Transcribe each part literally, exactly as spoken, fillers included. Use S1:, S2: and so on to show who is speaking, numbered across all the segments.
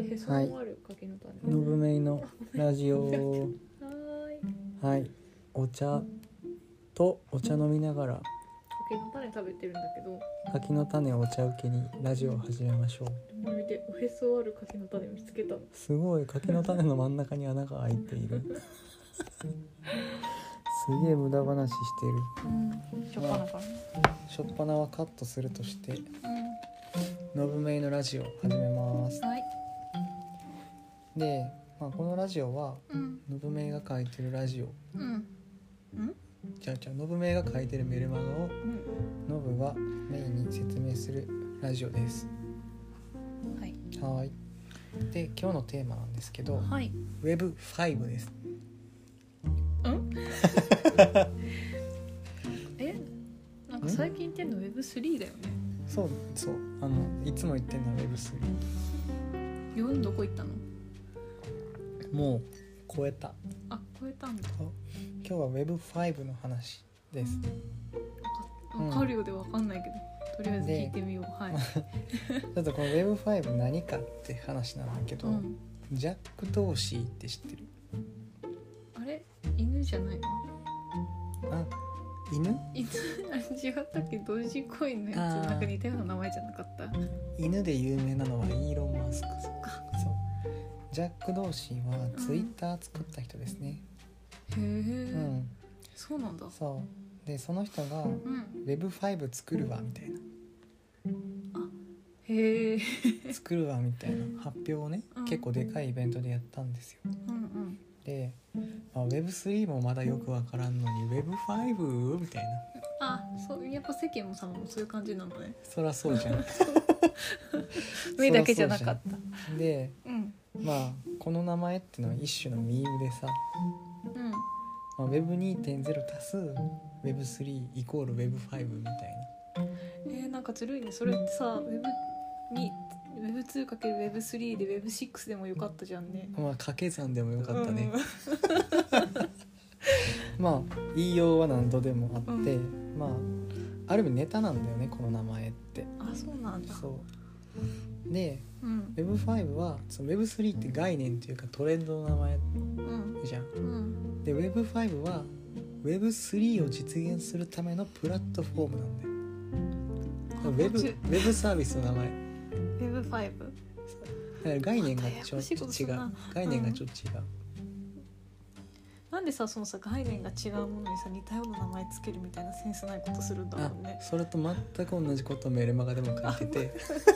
S1: へそもある柿の種。
S2: のぶめいのラジオ
S1: はーい。
S2: はいお茶とお茶飲みながら
S1: 柿の種食べてるんだけど、
S2: 柿の種をお茶受けにラジオを始めましょう。
S1: もう見て、おへそある柿の種を見つけたの。
S2: すごい、柿の種の真ん中に穴が開いているすげえ無駄話してる。
S1: うん。しょっぱなから。
S2: しょっぱなはカットするとして
S1: う
S2: のぶめいのラジオを始めます
S1: ん。はい。
S2: で、まあ、このラジオは
S1: うん。
S2: のぶめいが書いてるラジオ
S1: うん。うん。
S2: じゃあじゃあのぶめいが書いてるメルマガを
S1: うん。
S2: のぶがメインに説明するラジオです。
S1: はい。
S2: はい。で、今日のテーマなんですけど、
S1: はい。
S2: ウェブファイブ です。
S1: うんえ、なんか最近言ってんの ウェブスリー だよね。
S2: そうそう、あのいつも言ってるのは ウェブスリ
S1: よんどこ行ったの？
S2: ー。もう超えた。
S1: あ、超えたんだ。
S2: 今日は ウェブファイブ の話です。
S1: わかるようでわかんないけど、とりあえず聞いてみよう。はい。
S2: ちょっとこの ウェブファイブ 何かって話なんだけど、
S1: うん、
S2: ジャック・ドーシーって知ってる？
S1: あれ犬じゃないの？
S2: あ、犬？
S1: 犬あれ違ったっけ？ドジコインのやつ
S2: あー
S1: なんか似たような名前じゃなかった？
S2: 犬で有名なのはイーロン・マスク。
S1: そっか。
S2: そう。ジャック・ドーシーはツイッター作った人ですね。
S1: へえ、
S2: うん。
S1: そうなんだ。
S2: そうで、その人が
S1: うん。
S2: ウェブファイブ 作るわみたいな
S1: へえ。
S2: 作るわみたいな発表をね、
S1: うん
S2: 結構でかいイベントでやったんですよ。
S1: うんうん。
S2: で、まあ、ウェブスリー もまだよくわからんのに ウェブファイブ みたいな。
S1: あ、そうやっぱ世間もさもそういう感じなのね。
S2: そらそうじゃん
S1: 目だけじゃなかった。
S2: で、
S1: うん
S2: まあこの名前っていうのは一種のミームでさ、
S1: うん。
S2: まあ、ウェブにてんゼロ 足す ウェブスリー イコール ウェブファイブ みたい
S1: えー、なんかずるいね。それってさ、ウェブにウェブツーかけるウェブスリー で ウェブシックス でもよかったじゃんね。
S2: な。まあ掛け算でもよかったね、
S1: うん、
S2: まあ言いようは何度でもあって、
S1: う
S2: まあある意味ネタなんだよね、この名前って。
S1: あ、そうなんだ。
S2: そうで、
S1: うん
S2: ウェブファイブ はその ウェブスリー って概念っていうかトレンドの名前
S1: うん
S2: じゃん。
S1: うん
S2: で ウェブファイブ は ウェブスリー を実現するためのプラットフォームなんだよ。ウェブ、ウェブサービスの名前。
S1: ウェブファイブ。
S2: だから概念がちょっと違う。概念がちょっと違う。
S1: なんでさ、そのさ概念が違うものにさ似たような名前つけるみたいなセンスないことするんだろうね。
S2: あ、それと全く同じことをメルマガでも書いてて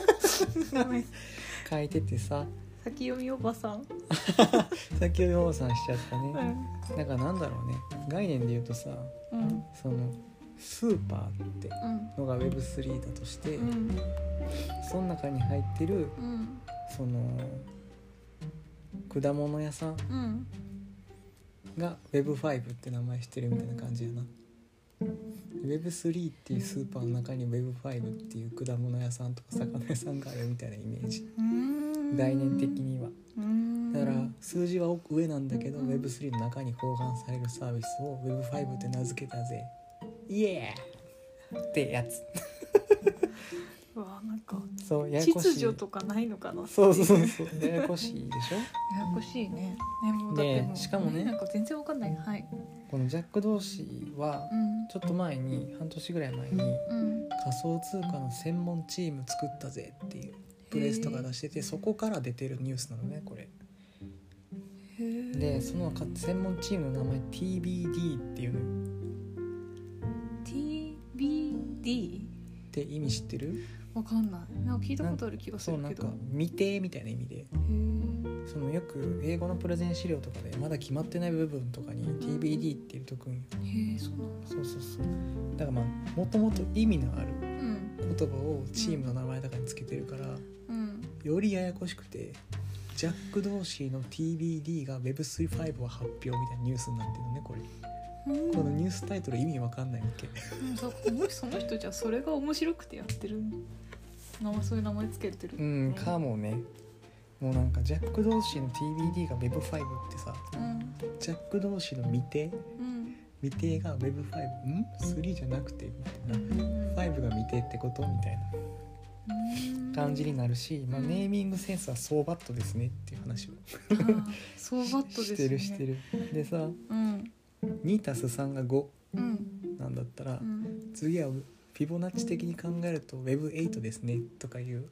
S2: 書いててさ、
S1: 先読みおばさん
S2: 先ほどおばさんしちゃったね、
S1: うん
S2: だからなんだろうね、概念で言うとさ、
S1: うん
S2: そのスーパーって
S1: うん
S2: のが ウェブスリー だとして、
S1: うん
S2: その中に入ってる
S1: うん
S2: その果物屋さん
S1: うん
S2: が ウェブファイブ って名前してるみたいな感じやな。 ウェブスリー っていうスーパーの中に ウェブファイブ っていう果物屋さんとか魚屋さんがあるみたいなイメージ、
S1: うん
S2: 概念的には。
S1: うん
S2: だから数字は上なんだけど ウェブスリー の中に包含されるサービスを ウェブファイブ って名付けたぜイエーってやつ
S1: うわ、なんか
S2: そう、ややこしい。
S1: 秩序とかないのかな。
S2: そうそうそうそう、ややこしいでしょ。
S1: ややこしいね。ね、もうだってもう
S2: でしかもね
S1: なんか全然わかんない。はい。
S2: このジャック・ドーシーは
S1: うん
S2: ちょっと前に、半年ぐらい前に
S1: うん
S2: 仮想通貨の専門チーム作ったぜっていうプレスとか出してて、そこから出てるニュースなのねこれ
S1: へー
S2: で。その専門チームの名前 ティービーディー っていうのよ。
S1: ティービーディー
S2: って意味知ってる？
S1: わかんない。なんか聞いたことある気がするけど。
S2: そう、なんか未定みたいな意味で、
S1: へー
S2: そのよく英語のプレゼン資料とかでまだ決まってない部分とかに ティービーディー っていうとくんよ。
S1: へえ、そうなんだ。
S2: そうそうそう。だからまあもともと意味のある
S1: うん
S2: 言葉をチームの名前とかにつけてるから、
S1: うん
S2: よりややこしくて、ジャック・ドーシーの ティービーディー が ウェブスリーファイブ を発表みたいなニュースになってるのねこれ。
S1: うん
S2: このニュースタイトル意味わかんないわけ。
S1: うんそう、もしその人じゃそれが面白くてやってる名前、そういう名前つけてる。
S2: うん、かもね。もうなんかジャック・ドーシーの ティービーディー が ウェブファイブ ってさ、
S1: うん
S2: ジャック・ドーシーの未定
S1: うん
S2: 未定が ウェブファイブ、ん ?スリー じゃなくてみたいな、
S1: うん
S2: ファイブが未定ってことみたいな。
S1: うん
S2: 感じになるし、まあ、ネーミングセンスはソーバットですねっていう話を
S1: あーソーバットですね。
S2: してるしてるでさ
S1: うん
S2: にたすさんがご
S1: うん
S2: なんだったら、
S1: うん
S2: 次はフィボナッチ的に考えると ウェブエイト ですねとかいう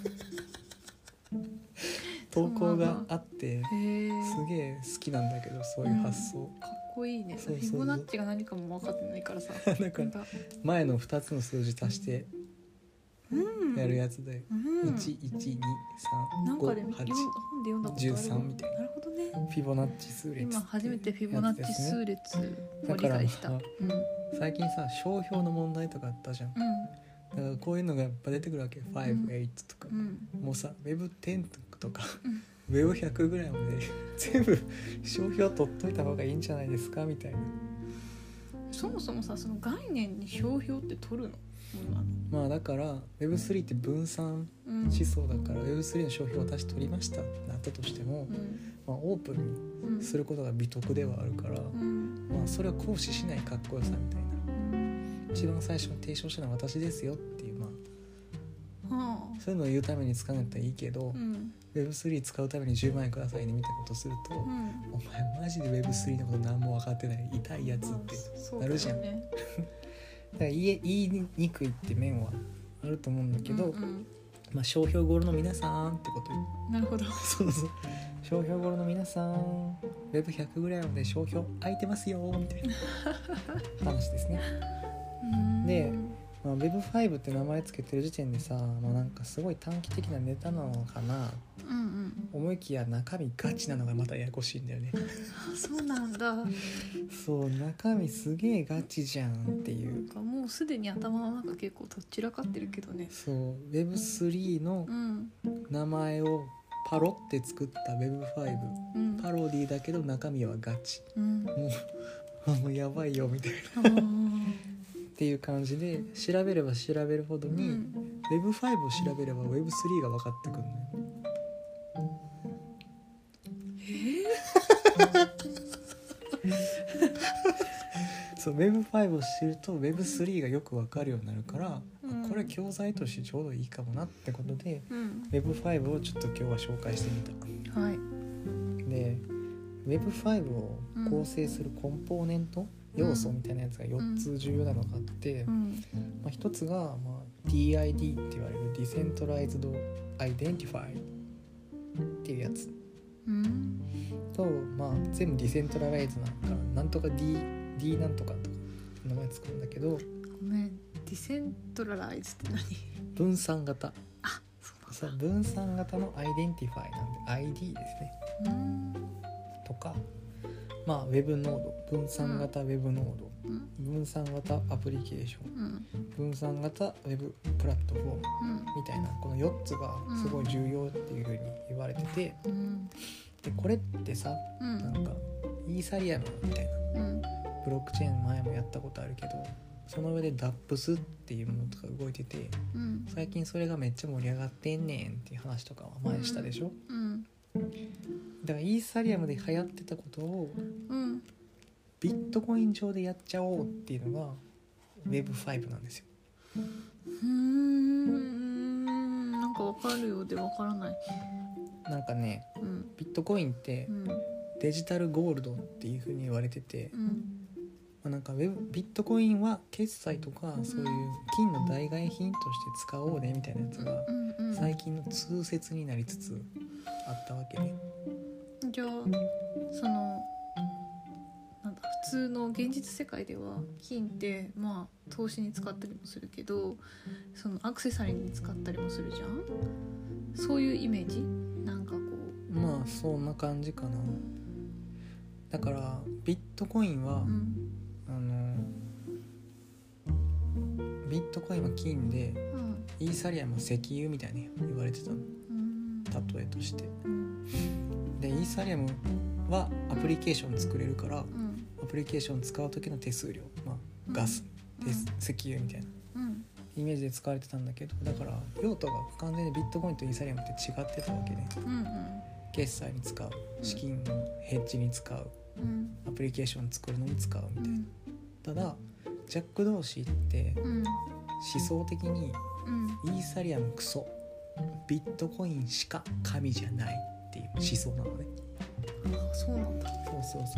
S2: 投稿があって
S1: へえ
S2: すげえ好きなんだけどそういう発想、
S1: かっこいいね。
S2: そうそうそう
S1: フィボナッチが何かも分かってないからさ
S2: だから前のふたつの数字足して
S1: うん
S2: やるやつで、
S1: うん
S2: いちいちにさ
S1: なんん
S2: ご
S1: かで読ん本で
S2: はち
S1: 読んだことある
S2: じゅうさんみたいな
S1: なるほどね。
S2: フィボナッチ数列
S1: 今初めてフィボナッチ数列を
S2: だから
S1: 理解した。
S2: まあ
S1: うんうん
S2: 最近さ商標の問題とかあったじゃん。だからこういうのがやっぱ出てくるわけ。ご、はちとか、
S1: うん
S2: もうさ ウェブテン とか、
S1: うん
S2: ウェブひゃくぐらいまで全部商標取っといた方がいいんじゃないですかみたいな。
S1: そもそもさその概念に商標って取るの？
S2: まあだから ウェブスリー って分散
S1: うん
S2: 思想だから、ウェブスリー の商標を私取りましたってなったとしても、
S1: うん
S2: まあ、オープン
S1: うん
S2: にすることが美徳ではあるから、
S1: うん
S2: まあ、それを行使しないかっこよさみたいな、一番最初に提唱したのは私ですよっていう、まあ
S1: はあ
S2: そういうのを言うために使うんだったらいいけど、
S1: うん
S2: ウェブスリー 使うためにじゅうまんえんくださいねみたいなことすると、
S1: うん
S2: お前マジで ウェブスリー のこと何も分かってない痛いやつって
S1: そう
S2: なるじゃん。
S1: だよね
S2: だから言い言いにくいって面はあると思うんだけど、
S1: うんうん
S2: まあ、商標ゴロの皆さんってことよ。
S1: なるほど。
S2: そうそう、商標ゴロの皆さん ウェブひゃくぐらいまで商標空いてますよみたいな話ですね。でまあ、ウェブファイブ って名前つけてる時点でさ、まあ、なんかすごい短期的なネタなのかな
S1: うんうん
S2: 思いきや中身ガチなのがまたややこしいんだよね。
S1: あそうなんだ。なん
S2: そう中身すげえガチじゃんっていう。
S1: かもうすでに頭の中結構どっちらかってるけどね。
S2: そう ウェブスリー の
S1: うん
S2: 名前をパロって作った ウェブファイブ、
S1: うん
S2: パロディだけど中身はガチ、
S1: うん
S2: もうもうやばいよみたいな
S1: あー
S2: っていう感じで調べれば調べるほどに、
S1: うん
S2: ウェブファイブ を調べれば ウェブスリー が分かってくるのよ。そう ウェブファイブ を知ると ウェブスリー がよく分かるようになるから、
S1: うん
S2: これ教材としてちょうどいいかもなってことで、
S1: うん
S2: ウェブファイブ をちょっと今日は紹介してみた。
S1: はい
S2: で ウェブファイブ を構成するコンポーネント、要素みたいなやつがよっつ重要なのがあって、
S1: うん
S2: まあ、ひとつが、まあ、ディーアイディー って言われる Decentralized Identifier っていうやつ
S1: うん
S2: と、まあ、全部ディセントラライズなんからなんとか D, D なんとかとか名前つくんだけど、
S1: ごめんディセントラライズって何？
S2: 分散型
S1: あそう
S2: そう分散型のアイデンティファイなんで アイディー ですね
S1: なんだ。
S2: とか、まあ、ウェブノード分散型ウェブノード、
S1: うん
S2: 分散型アプリケーション
S1: うん
S2: 分散型ウェブプラットフォーム
S1: うん
S2: みたいなこのよっつがすごい重要っていう風に言われてて、
S1: うん
S2: でこれってさ
S1: うん
S2: なんかイーサリアムみたいな
S1: うん
S2: ブロックチェーン前もやったことあるけど、その上で ダップス っていうものとか動いてて、
S1: うん
S2: 最近それがめっちゃ盛り上がってんねんっていう話とかは前したでしょ。
S1: うん
S2: だからイーサリアムで流行ってたことを
S1: うん
S2: ビットコイン上でやっちゃおうっていうのが ウェブファイブ なんですよ。
S1: うーんなんかわかるようでわからない。
S2: なんかね
S1: うん
S2: ビットコインって
S1: うん
S2: デジタルゴールドっていう風に言われてて、
S1: うん
S2: まあ、なんかウェブビットコインは決済とかそういう金の代替品として使おうねみたいなやつが
S1: うんうん
S2: 最近の通説になりつつあったわけね。
S1: じゃあそのなんだ普通の現実世界では金ってまあ投資に使ったりもするけどそのアクセサリーに使ったりもするじゃん。そういうイメージなんかこう
S2: まあそんな感じかな。だからビットコインは、
S1: うん
S2: あのビットコインは金で
S1: うん
S2: イーサリアムは石油みたいに言われてたの、
S1: うん
S2: 例えとして。
S1: うん
S2: でイーサリアムはアプリケーション作れるから
S1: うん
S2: アプリケーション使う時の手数料、まあ、ガス、
S1: うん
S2: 鉄石油みたいな
S1: うん
S2: イメージで使われてたんだけど、だから用途が完全にビットコインとイーサリアムって違ってたわけで、
S1: うん
S2: 決済に使う資金のヘッジに使う
S1: うん
S2: アプリケーション作るのに使うみたいな。
S1: うん
S2: ただジャック同士って
S1: うん
S2: 思想的に
S1: うん
S2: イーサリアムクソビットコインしか神じゃないっていう思想なのね。
S1: あ、そうなんだ。
S2: そうそうそう。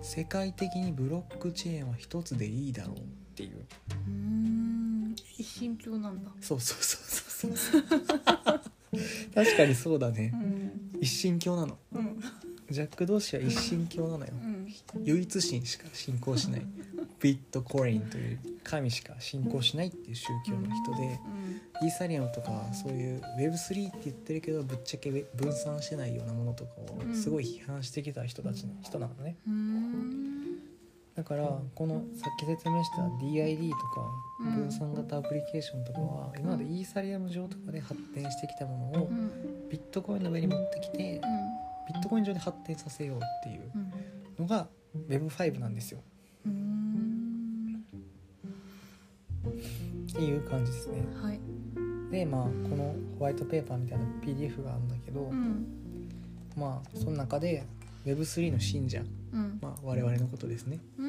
S2: 世界的にブロックチェーンは一つでいいだろうっていう。
S1: うーん、一神教なんだ。
S2: そうそうそうそうそう確かにそうだね、
S1: うん、
S2: 一神教なの、
S1: うん、
S2: ジャック同士は一神教なのよ、
S1: うん、
S2: 唯一神しか信仰しないビットコインという神しか信仰しないっていう宗教の人で、
S1: うん、
S2: イーサリアムとかそういう ウェブスリー って言ってるけどぶっちゃけ分散してないようなものとかをすごい批判してきた人たちの人なのね、
S1: うん、
S2: だからこのさっき説明した ディーアイディー とか分散型アプリケーションとかは今までイーサリアム上とかで発展してきたものをビットコインの上に持ってきてビットコイン上で発展させようっていうのが ウェブファイブ なんですよ。
S1: うん、
S2: っていう感じですね。
S1: はい、
S2: でまあこのホワイトペーパーみたいな ピーディーエフ があるんだけど、
S1: うん、
S2: まあその中で ウェブスリー の信者、
S1: うん、
S2: まあ、我々のことですね、
S1: うん、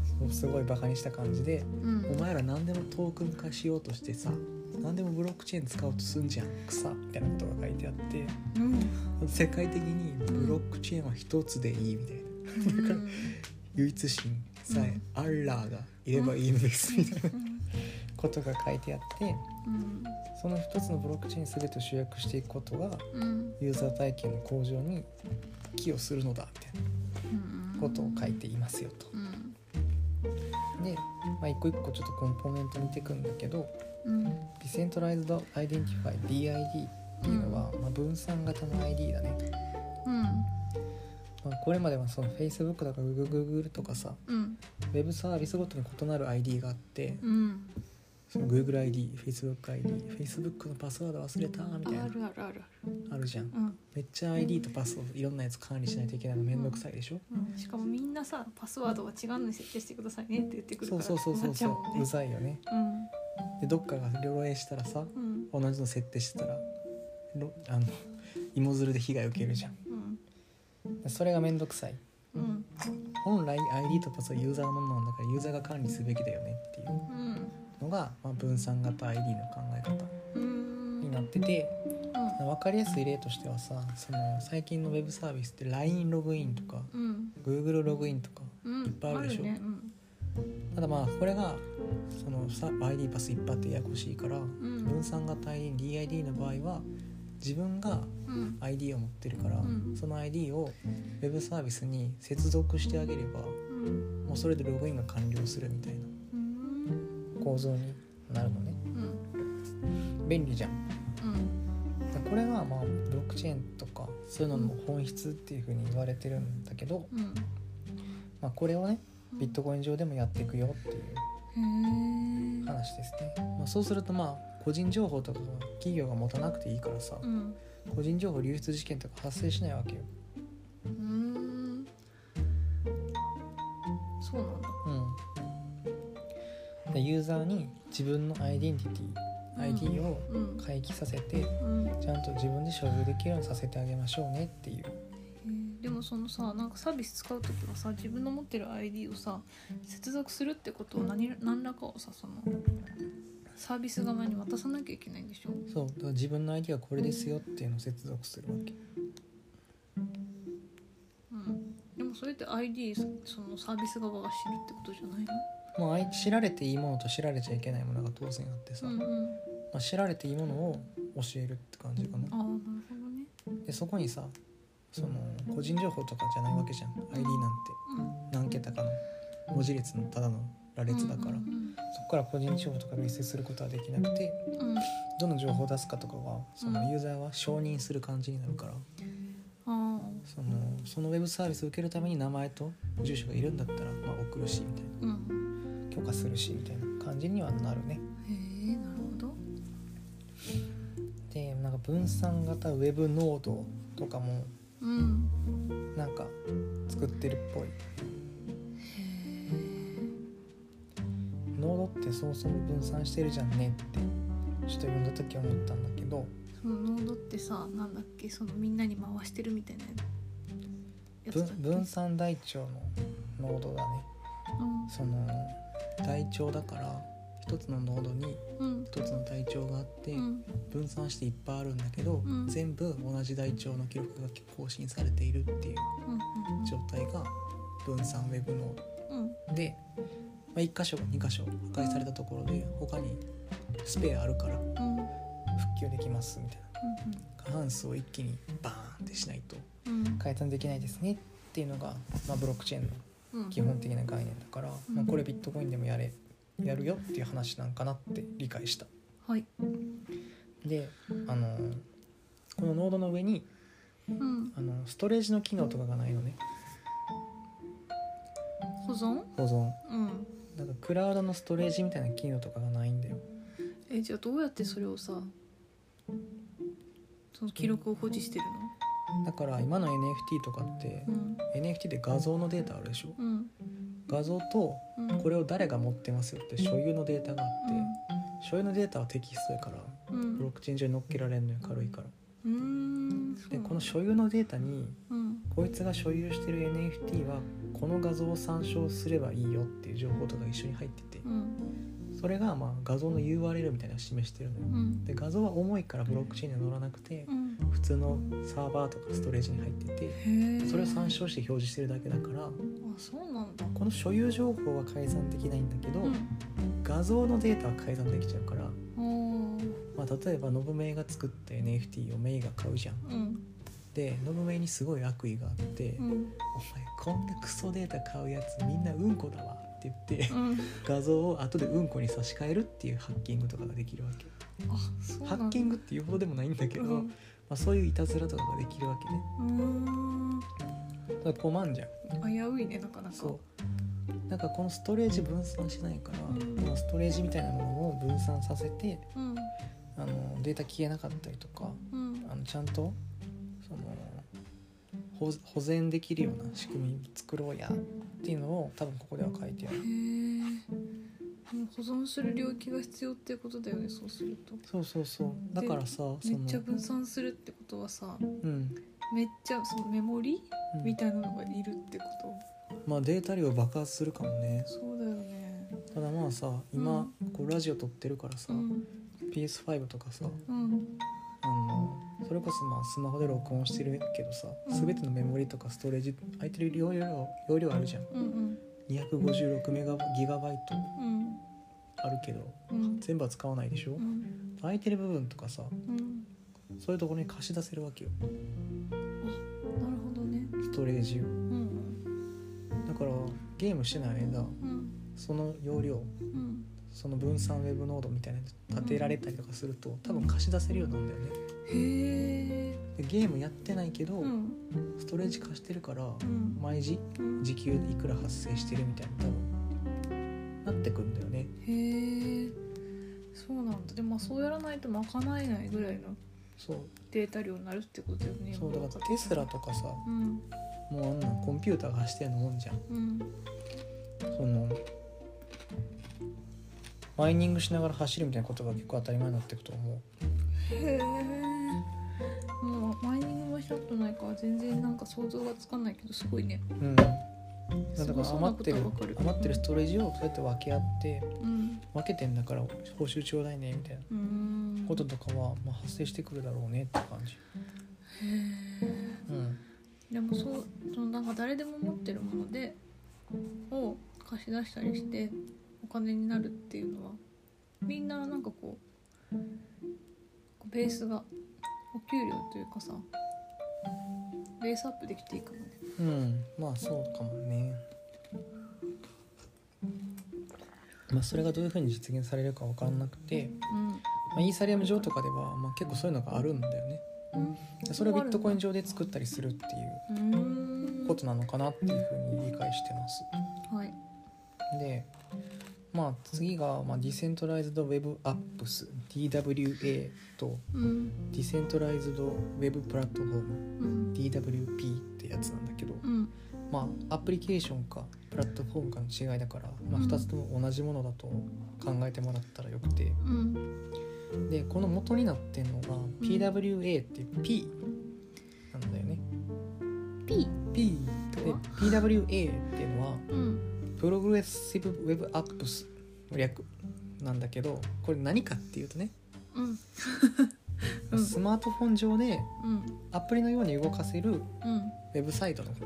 S2: すごいバカにした感じで、
S1: うん、
S2: お前ら何でもトークン化しようとしてさ、何でもブロックチェーン使おうとすんじゃん草みたいなことが書いてあって、
S1: うん、
S2: 世界的にブロックチェーンは一つでいいみたいな、うん、唯一神さえアッラーがいればいいのですみたいなことが書いてあって、うん、その一つのブロックチェーン全てを集約していくことが、うん、ユーザー体験の向上に寄与するのだみたいなことを書いていますよと、うん、で、まあ、一個一個ちょっとコンポーネント見ていくんだけど、うん、Decentralized Identify ディーアイディー っていうのは、うんまあ、分散型の アイディー だね、うんまあ、これまではその Facebook とか Google とかさ、うん、ウェブサービスごとに異なる アイディー があって、うんその Google アイディー、Facebook アイディー、Facebook のパスワード忘れたみたいな、
S1: あるあるある
S2: あるじゃん、
S1: うん、
S2: めっちゃ アイディー とパスをいろんなやつ管理しないといけないのめんどくさいでしょ、
S1: うんうん、しかもみんなさパスワードは違うのに設定してくださいねって言ってくるから
S2: そうそうそうそう、ね、うざいよね、うん、でどっかが漏洩したらさ、うん、同じの設定してたらあの芋づるで被害を受けるじゃん、うん、それがめんどくさい、うん、本来 アイディー とパスはユーザーのものなんだからユーザーが管理すべきだよねっていうのが、まあ、分散型 アイディー の考え方になってて、うん、分かりやすい例としてはさ、その最近のウェブサービスって ライン ログインとか、うん、Google ログインとか、うん、いっぱいあるでしょ、ねうん、ただまあこれがそのさ アイディー パスいっぱいあってややこしいから、うん、分散型 アイディー、ディーアイディー の場合は自分が アイディー を持ってるから、うん、その アイディー をウェブサービスに接続してあげれば、うん、もうそれでログインが完了するみたいな構造になるのね、うん、便利じゃん、うん、これがまあブロックチェーンとかそういうのの本質っていう風に言われてるんだけど、うんまあ、これをねビットコイン上でもやっていくよっていう話ですね、まあ、そうするとまあ個人情報とか企業が持たなくていいからさ、うん、個人情報流出事件とか発生しないわけよ。うーん
S1: そうなんだ。
S2: うん。でユーザーに自分のアイデンティティ、アイディー を回帰させて、うん、ちゃんと自分で所有できるようにさせてあげましょうねっていう。
S1: でもそのさなんかサービス使うときはさ自分の持ってる アイディー をさ接続するってことを 何, 何らかをさそのサービス側に渡さなきゃいけないんでしょ。
S2: そうだから自分の アイディー はこれですよっていうのを接続するわけ、
S1: うん、でもそれって アイディー そのサービス側が知るってことじゃないの。
S2: もう知られていいものと知られちゃいけないものが当然あってさ、うんうんまあ、知られていいものを教えるって感じかな。
S1: ああなるほどね。
S2: でそこにさその個人情報とかじゃないわけじゃん、うん、アイディー なんて、うん、何桁かの文字列のただの羅列だから、うんうんうん、そこから個人情報とか類推することはできなくて、うん、どの情報を出すかとかはそのユーザーは承認する感じになるから、うん、そのそのウェブサービスを受けるために名前と住所がいるんだったら、まあ、送るしみたいな、うん、許可するしみたいな感じにはなるね。
S1: へえなるほど。
S2: でなんか分散型ウェブノードとかもうん、なんか作ってるっぽい。へノードってそもそも分散してるじゃんねってちょっと読んだ時思ったんだけど、
S1: そのノードってさなんだっけそのみんなに回してるみたいな
S2: やつだっけ。分散台帳のノードだね、うん、その台帳だから一つのノードに一つの台帳があって、うん、 分散していっぱいあるんだけど、
S1: うん、
S2: 全部同じ台帳の記録が更新されているっていう状態が分散ウェブノード、うん、で、まあ、いっ箇所かに箇所破壊されたところで他にスペアあるから復旧できますみたいな、うんうん、過半数を一気にバーンってしないと改ざんできないですねっていうのが、まあ、ブロックチェーンの基本的な概念だから、うんまあ、これビットコインでもやれやるよっていう話なんかなって理解した。
S1: はい、
S2: で、あのこのノードの上に、うん、あのストレージの機能とかがないのね。
S1: 保存
S2: 保存、
S1: うん、
S2: なんかクラウドのストレージみたいな機能とかがないんだよ。
S1: え、じゃあどうやってそれをさ、その記録を保持してるの？
S2: だから今の エヌエフティー とかって、うん、エヌエフティー で画像のデータあるでしょ、うん、画像とこれを誰が持ってますよって所有のデータがあって、うん、所有のデータはテキストやから、うん、ブロックチェーン上に乗っけられるのよ、軽いから。うーん、でこの所有のデータに、うん、こいつが所有してる エヌエフティー はこの画像を参照すればいいよっていう情報とかが一緒に入ってて、うん、それがまあ画像の ユーアールエル みたいなのを示してるのよ、うん、で画像は重いからブロックチェーンには乗らなくて、うん、普通のサーバーとかストレージに入ってて、それを参照して表示してるだけだから、あ、
S1: そうなんだ。
S2: この所有情報は改ざんできないんだけど、うん、画像のデータは改ざんできちゃうから、まあ、例えばノブメイが作った エヌエフティー をメイが買うじゃん、うん、でノブメイにすごい悪意があって、うん、お前こんなクソデータ買うやつみんなうんこだわって言って、うん、画像を後でうんこに差し替えるっていうハッキングとかができるわけ。
S1: あ、そうなんだ。
S2: ハッキングっていうほどでもないんだけど、うん、まあ、そういういたずらとかができるわけね。うーん、だから困んじゃん。
S1: 危ういね、なかなか。
S2: そう、なんかこのストレージ分散しないから、うん、このストレージみたいなものを分散させて、うん、あのデータ消えなかったりとか、うん、あのちゃんとその 保, 保全できるような仕組み作ろうやっていうのを多分ここでは書いてある。へ
S1: ー、保存する領域が必要っていうことだよね、そうすると。
S2: そうそうそう、だからさ、
S1: めっちゃ分散するってことはさ、
S2: うん、
S1: めっちゃそのメモリ、うん、みたいなのがいるってこと。
S2: まあデータ量爆発するかもね。
S1: そうだよね。
S2: ただまあさ、今、うん、こうラジオ撮ってるからさ、うん、ピーエスファイブ とかさ、うん、あのそれこそまあスマホで録音してるけどさ、うん、全てのメモリとかストレージ空いてる容量、容量あるじゃん、うんうん、にひゃくごじゅうろくメガギガバイトあるけど、うん、全部は使わないでしょ、うん、空いてる部分とかさ、うん、そういうところに貸し出せるわけよ。
S1: あ、なるほどね。
S2: ストレージを、うん、だからゲームしてない間、うん、その容量、うん、その分散ウェブノードみたいなの立てられたりとかすると、うん、多分貸し出せるようになるんだよね。へー。でゲームやってないけど、うん、ストレージ貸してるから、うん、毎時時給いくら発生してるみたいな多分なってくんだよね。
S1: へえ、そうなんだ。でもそうやらないと賄えないぐらいのデータ量になるってことだよね。
S2: そうだからテスラとかさ、うん、もうあんなコンピューターが走ってるのもんじゃん、うん、そのマイニングしながら走るみたいなことが結構当たり前になっていくと思う。
S1: へえ、もうマイニングもしたことないから全然なんか想像がつかないけどすごいね。うん、だ
S2: から余ってる余ってるストレージをそうやって分け合って、うん、分けてんだから報酬ちょうだいねみたいなこととかは、まあ、発生してくるだろうねって感じ。へ
S1: え、うん、でもそう、そのなんか誰でも持ってるものでを貸し出したりしてお金になるっていうのはみんななんかこうベースがお給料というかさベースアップできていくのね。
S2: うん、まあそうかもね。まあそれがどういう風に実現されるか分からなくて、うん、まあ、イーサリアム上とかでは、まあ、結構そういうのがあるんだよね、うん、それをビットコイン上で作ったりするっていうことなのかなっていう風に理解してます。はい。で、まあ次が、まあ、ディセントライズドウェブアップス ディーダブリューエー と、うん、ディセントライズドウェブプラットフォーム、うん、ディーダブリューピー ってやつなんだけど、うん、まあアプリケーションかプラットフォームかの違いだから、まあ、ふたつとも同じものだと考えてもらったらよくて、うん、でこの元になってんのが ピーダブリューエー っていう P なんだよね。
S1: P?
S2: P で ピーダブリューエー っていうのは、うん、プログレッシブウェブアップスの略なんだけど、これ何かっていうとね、うん、 スマートフォン上で
S1: うん
S2: アプリのように動かせる
S1: うん
S2: ウェブサイトのこと。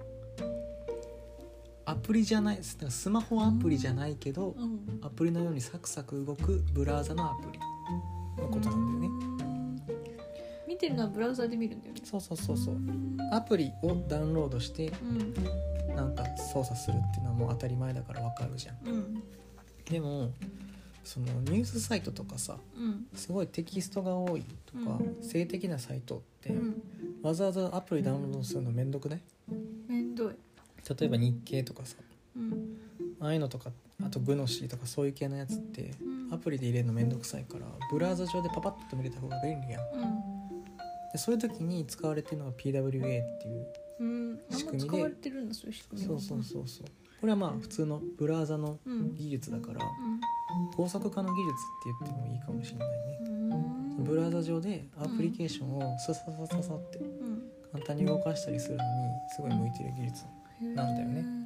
S2: アプリじゃない、スマホアプリじゃないけど、
S1: うん
S2: アプリのようにサクサク動くブラウザのアプリのことなんだよね。
S1: 見てるのはブラウザで見るんだよね。
S2: そうそうそうそう。アプリをダウンロードして
S1: うん
S2: なんか操作するっていうのはもう当たり前だからわかるじゃん。
S1: うん
S2: でもそのニュースサイトとかさ、
S1: うん
S2: すごいテキストが多いとか、
S1: うん
S2: 性的なサイトって、
S1: うん
S2: わざわざアプリダウンロードするのめんどくない？
S1: めんどい。
S2: 例えば日経とかさ、
S1: うん
S2: ああいうのとか、あとグノシーとかそういう系のやつって
S1: うん
S2: アプリで入れるのめんどくさいからブラウザ上でパパッと見れた方が便利やん。
S1: うん
S2: でそういう時に使われてるのが ピーダブリューエー っていう。
S1: うんあん
S2: 仕組みで
S1: ま使われてるんだ、そういう仕組み。
S2: そうそうそうそう。これはまあ普通のブラウザの
S1: うん
S2: 技術だから
S1: うん
S2: 高速化の技術って言ってもいいかもしれないね。
S1: うん
S2: ブラウザ上でアプリケーションをサササササって
S1: うん
S2: 簡単に動かしたりするのにすごい向いてる技術。なんだよね。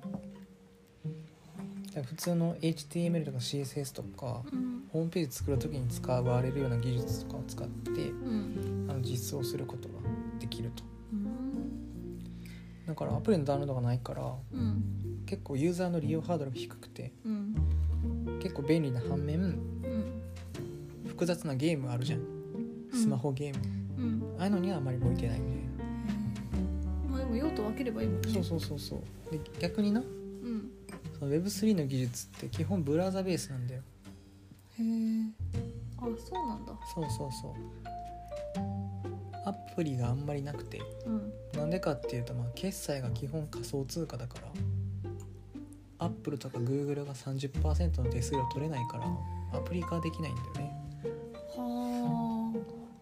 S2: 普通の エイチティーエムエル とか シーエスエス とか
S1: うん
S2: ホームページ作る時に使われるような技術とかを使って
S1: うん
S2: あの実装することができると。
S1: うん
S2: だからアプリのダウンロードがないから
S1: うん
S2: 結構ユーザーの利用ハードルが低くて
S1: うん
S2: 結構便利な反面
S1: うん
S2: 複雑なゲームあるじゃん。スマホゲーム、
S1: うん
S2: ああいうのにはあまり向いてないね。
S1: まあでも用途分ければいいもんね。
S2: そうそうそうそうで逆にな
S1: うん
S2: その ウェブスリー の技術って基本ブラウザベースなんだよ。
S1: へえ。あ、そうなんだ。
S2: そうそうそうアプリがあんまりなくて
S1: うん
S2: なんでかっていうと、まあ、決済が基本仮想通貨だからアップルとかグーグルが さんじゅっパーセント の手数料取れないからアプリ化できないんだよね。
S1: は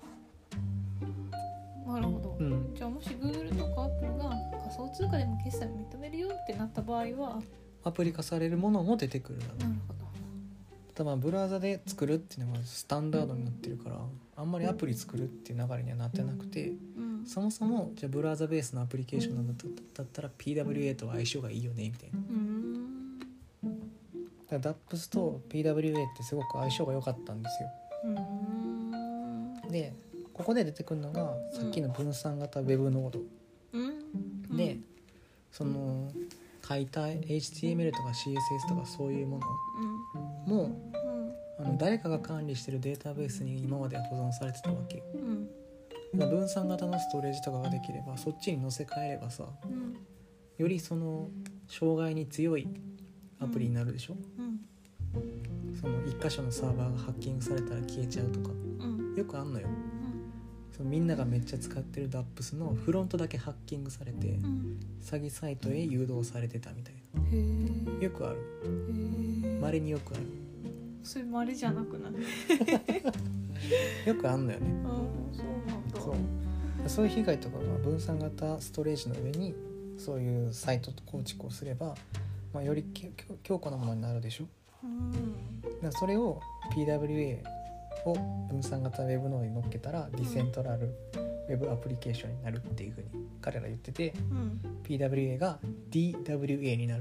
S1: あ。なるほど。
S2: うん
S1: じゃあもし Google とか Apple が仮想通貨でも決済を認めるよってなった場合は、
S2: アプリ化されるものも出てくるだろう。
S1: なるほど。
S2: ただまあブラウザで作るっていうのがスタンダードになってるからあんまりアプリ作るっていう流れにはなってなくて、
S1: うん
S2: そもそもじゃあブラウザベースのアプリケーションなんだったら ピーダブリューエー とは相性がいいよねみたいな。
S1: うーん
S2: だから ダップス と ピーダブリューエー ってすごく相性が良かったんですよ。
S1: うーん
S2: でここで出てくるのがさっきの分散型ウェブノード、
S1: うん
S2: でその書いた エイチティーエムエル とか シーエスエス とかそういうものも
S1: うん
S2: あの誰かが管理してるデータベースに今までは保存されてたわけ。
S1: うん
S2: だから分散型のストレージとかができればそっちに載せ替えればさ
S1: うん
S2: よりその障害に強いアプリになるでしょ、
S1: うん
S2: その一箇所のサーバーがハッキングされたら消えちゃうとか
S1: うん
S2: よくあんのよ。そのみんながめっちゃ使ってる ダップス のフロントだけハッキングされて
S1: うん
S2: 詐欺サイトへ誘導されてたみたい
S1: へ
S2: な
S1: え
S2: よくある。
S1: へえ
S2: 稀によくある。
S1: それもあれじゃなくなる。
S2: よくあんのよね。
S1: ああそうなんだ。
S2: そうそういう被害とかが分散型ストレージの上にそういうサイト構築をすれば、まあ、より強強固なものになるでしょ。
S1: うん
S2: だからそれを ピーダブリューエー を分散型ウェブノードに乗っけたらディセントラルウェブアプリケーションになるっていうふうに彼ら言ってて、
S1: うん
S2: ピーダブリューエー が ディーダブリューエー になる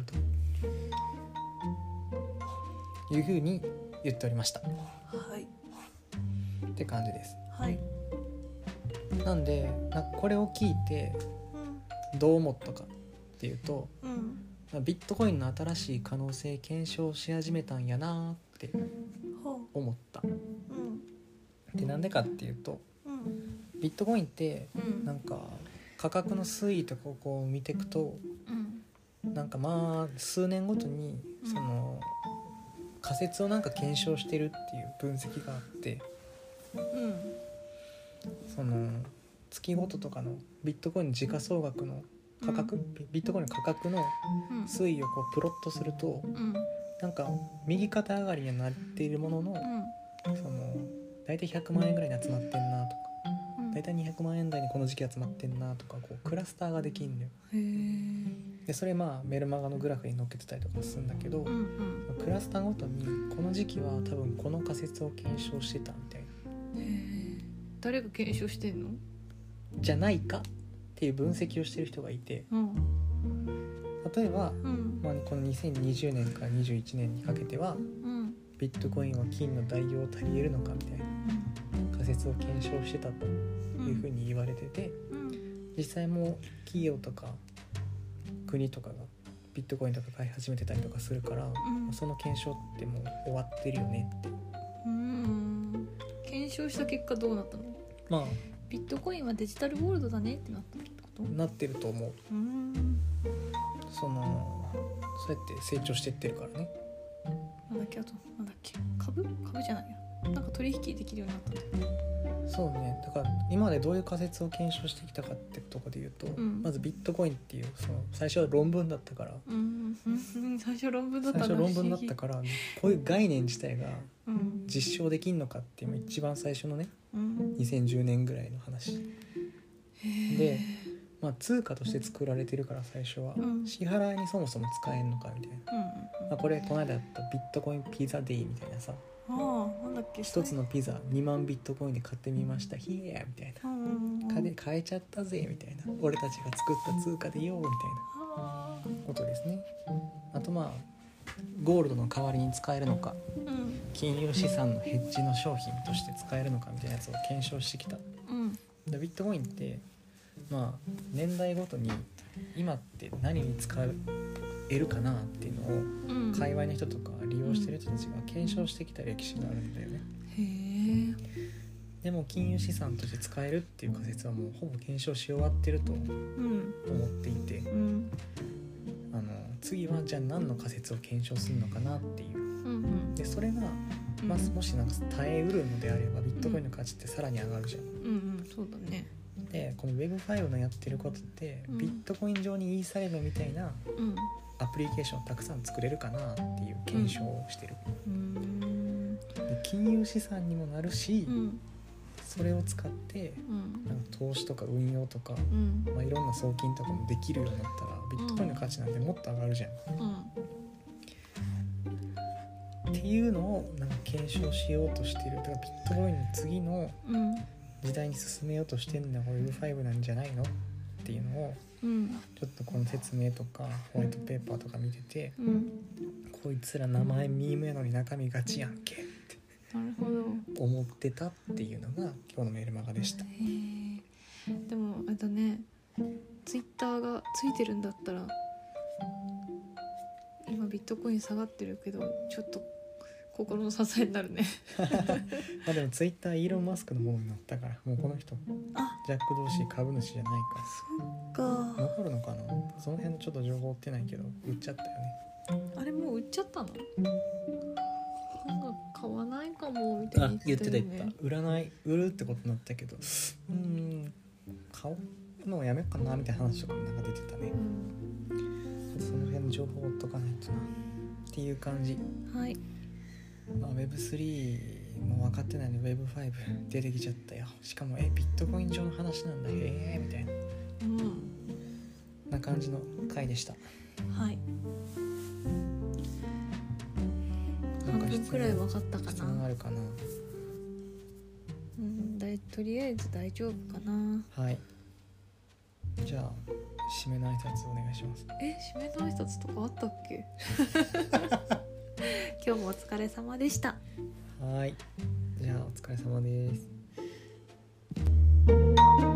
S2: というふうに言っておりましたっ
S1: はい
S2: て感じです。
S1: はい
S2: なんでなこれを聞いて
S1: うん
S2: どう思ったかっていうと、
S1: うん
S2: ビットコインの新しい可能性検証し始めたんやなって
S1: ほ
S2: 思った。
S1: ううん
S2: でなんでかっていうと
S1: うん
S2: ビットコインって
S1: うん
S2: なんか価格の推移とかをこう見ていくと
S1: うん
S2: なんかまあ数年ごとにその仮説をなんか検証してるっていう分析があって、
S1: うん
S2: その月ごととかのビットコインの時価総額の価格、ビビットコインの価格の
S1: うん
S2: 推移をこうプロットすると
S1: うん
S2: なんか右肩上がりにはなっているものの
S1: うん
S2: その大体ひゃくまんえんぐらいに集まってんなとか
S1: うん
S2: 大体にひゃくまんえん台にこの時期集まってんなとかこうクラスターができんのよ。
S1: へえ
S2: でそれまあメルマガのグラフに載っけてたりとかするんだけど、
S1: うんうん
S2: クラスターごとにこの時期は多分この仮説を検証してたみたいな
S1: へえ誰が検証してんの？
S2: じゃないかっていう分析をしてる人がいて、
S1: うん
S2: 例えば、
S1: うん
S2: まあ、このにせんにじゅうねんからにじゅういちねんにかけては
S1: うん
S2: ビットコインは金の代用足り得るのかみたいな仮仮説を検証してたというふうに言われてて、
S1: うん、
S2: 実際も企業とか国とかがビットコインとか買い始めてたりとかするから、
S1: うん、
S2: その検証ってもう終わってるよねって。
S1: うん、検証した結果どうなったの？
S2: まあ
S1: ビットコインはデジタルゴールドだねってなったってこと？
S2: なってると思う。
S1: うん、
S2: そのそうやって成長してってるからね。
S1: なんだっけ、あとなんだっけ、株株じゃないや、なんか取引できるようになったんだよ。
S2: そうね、だから今までどういう仮説を検証してきたかってとこで言うと、
S1: うん、
S2: まずビットコインっていうその最初は論文だったから、
S1: うん、最初論文だったんだ。
S2: 最初論文だったからこういう概念自体が
S1: うん
S2: 実証できんのかっていうのが一番最初のね、
S1: うん、
S2: にせんじゅうねんぐらいの話
S1: へ
S2: で、まあ、通貨として作られてるから最初は、
S1: うん、
S2: 支払いにそもそも使えんのかみたいな、
S1: うんうん、
S2: まあ、これこの間やったビットコインピザデイみたいなさ、
S1: ああ、なんだっけ、
S2: 一つのピザにまんビットコインで買ってみました、ヒエーみたいな、
S1: うんうんうん、
S2: 金買えちゃったぜみたいな、俺たちが作った通貨でよみたい
S1: あ
S2: なことですね。あとまあゴールドの代わりに使えるのか、
S1: ー、うん、
S2: 金融資産のヘッジの商品として使えるのかみたいなやつを検証してきた。
S1: うん、
S2: でビットコインってまあ年代ごとに今って何に使えるかなっていうのを、
S1: うん、
S2: 界隈の人とか利用してる人たちが検証してきた歴史があるんだよね。
S1: へえ。
S2: でも金融資産として使えるっていう仮説はもうほぼ検証し終わってると思っていて、
S1: うん、
S2: あの次はじゃあ何の仮説を検証するのかなっていう、
S1: うん、
S2: でそれが、まあ、もしなんか耐えうるのであればビットコインの価値ってさらに上がるじゃん。
S1: うんうん、そうだね。
S2: でこの ウェブファイブ のやってることって、
S1: うん、
S2: ビットコイン上にイーサレムみたいなアプリケーションをたくさん作れるかなっていう検証をしてる、
S1: うん、
S2: で金融資産にもなるし、
S1: うん、
S2: それを使って、
S1: うん、
S2: なんか投資とか運用とか、
S1: うん
S2: まあ、いろんな送金とかもできるようになったらビットコインの価値なんてもっと上がるじゃん、
S1: うん、
S2: っていうのをなんか検証しようとしてる。だからビットコインの次の時代に進めようとしてるのはこれ ウェブファイブ なんじゃないのっていうのを
S1: うん、
S2: ちょっとこの説明とかホワイトペーパーとか見てて、
S1: うん、
S2: こいつら名前ミームやのに中身ガチやんけって
S1: なるほど
S2: 思ってたっていうのが今日のメールマガでした。
S1: へー。でもあれだね、ツイッターがついてるんだったら今ビットコイン下がってるけどちょっと心の支えになるね
S2: まあでもツイッターイーロン・マスクのものになったからもうこの人
S1: あ
S2: ジャック・ドーシー株主じゃないか
S1: そっから
S2: 残るのかな。その辺ちょっと情報追ってないけど売っちゃったよね。
S1: あれもう売っちゃったの？なんか買わないかもみたいに言ってたよね。
S2: あ、言ってた言ってた。売らない売るってことになったけどうーん買うのをやめようかなみたいな話とかもなんか出てたね、
S1: うん、
S2: その辺の情報を追っとかないとなっていう感じ。
S1: はい、
S2: まあ、ウェブスリー も分かってないのに ウェブファイブ 出てきちゃったよ。しかもえビットコイン上の話なんだへえみたいな、
S1: うん、
S2: な感じの回でした。
S1: はい。
S2: なんか
S1: 半分くらい分かったか
S2: 質
S1: な。
S2: 問あるかな。
S1: うん、だいとりあえず大丈夫かな。
S2: はい。じゃあ締めの挨拶お願いします。
S1: え、締めの挨拶とかあったっけ？今日もお疲れ様でした。
S2: はい。じゃあお疲れ様です。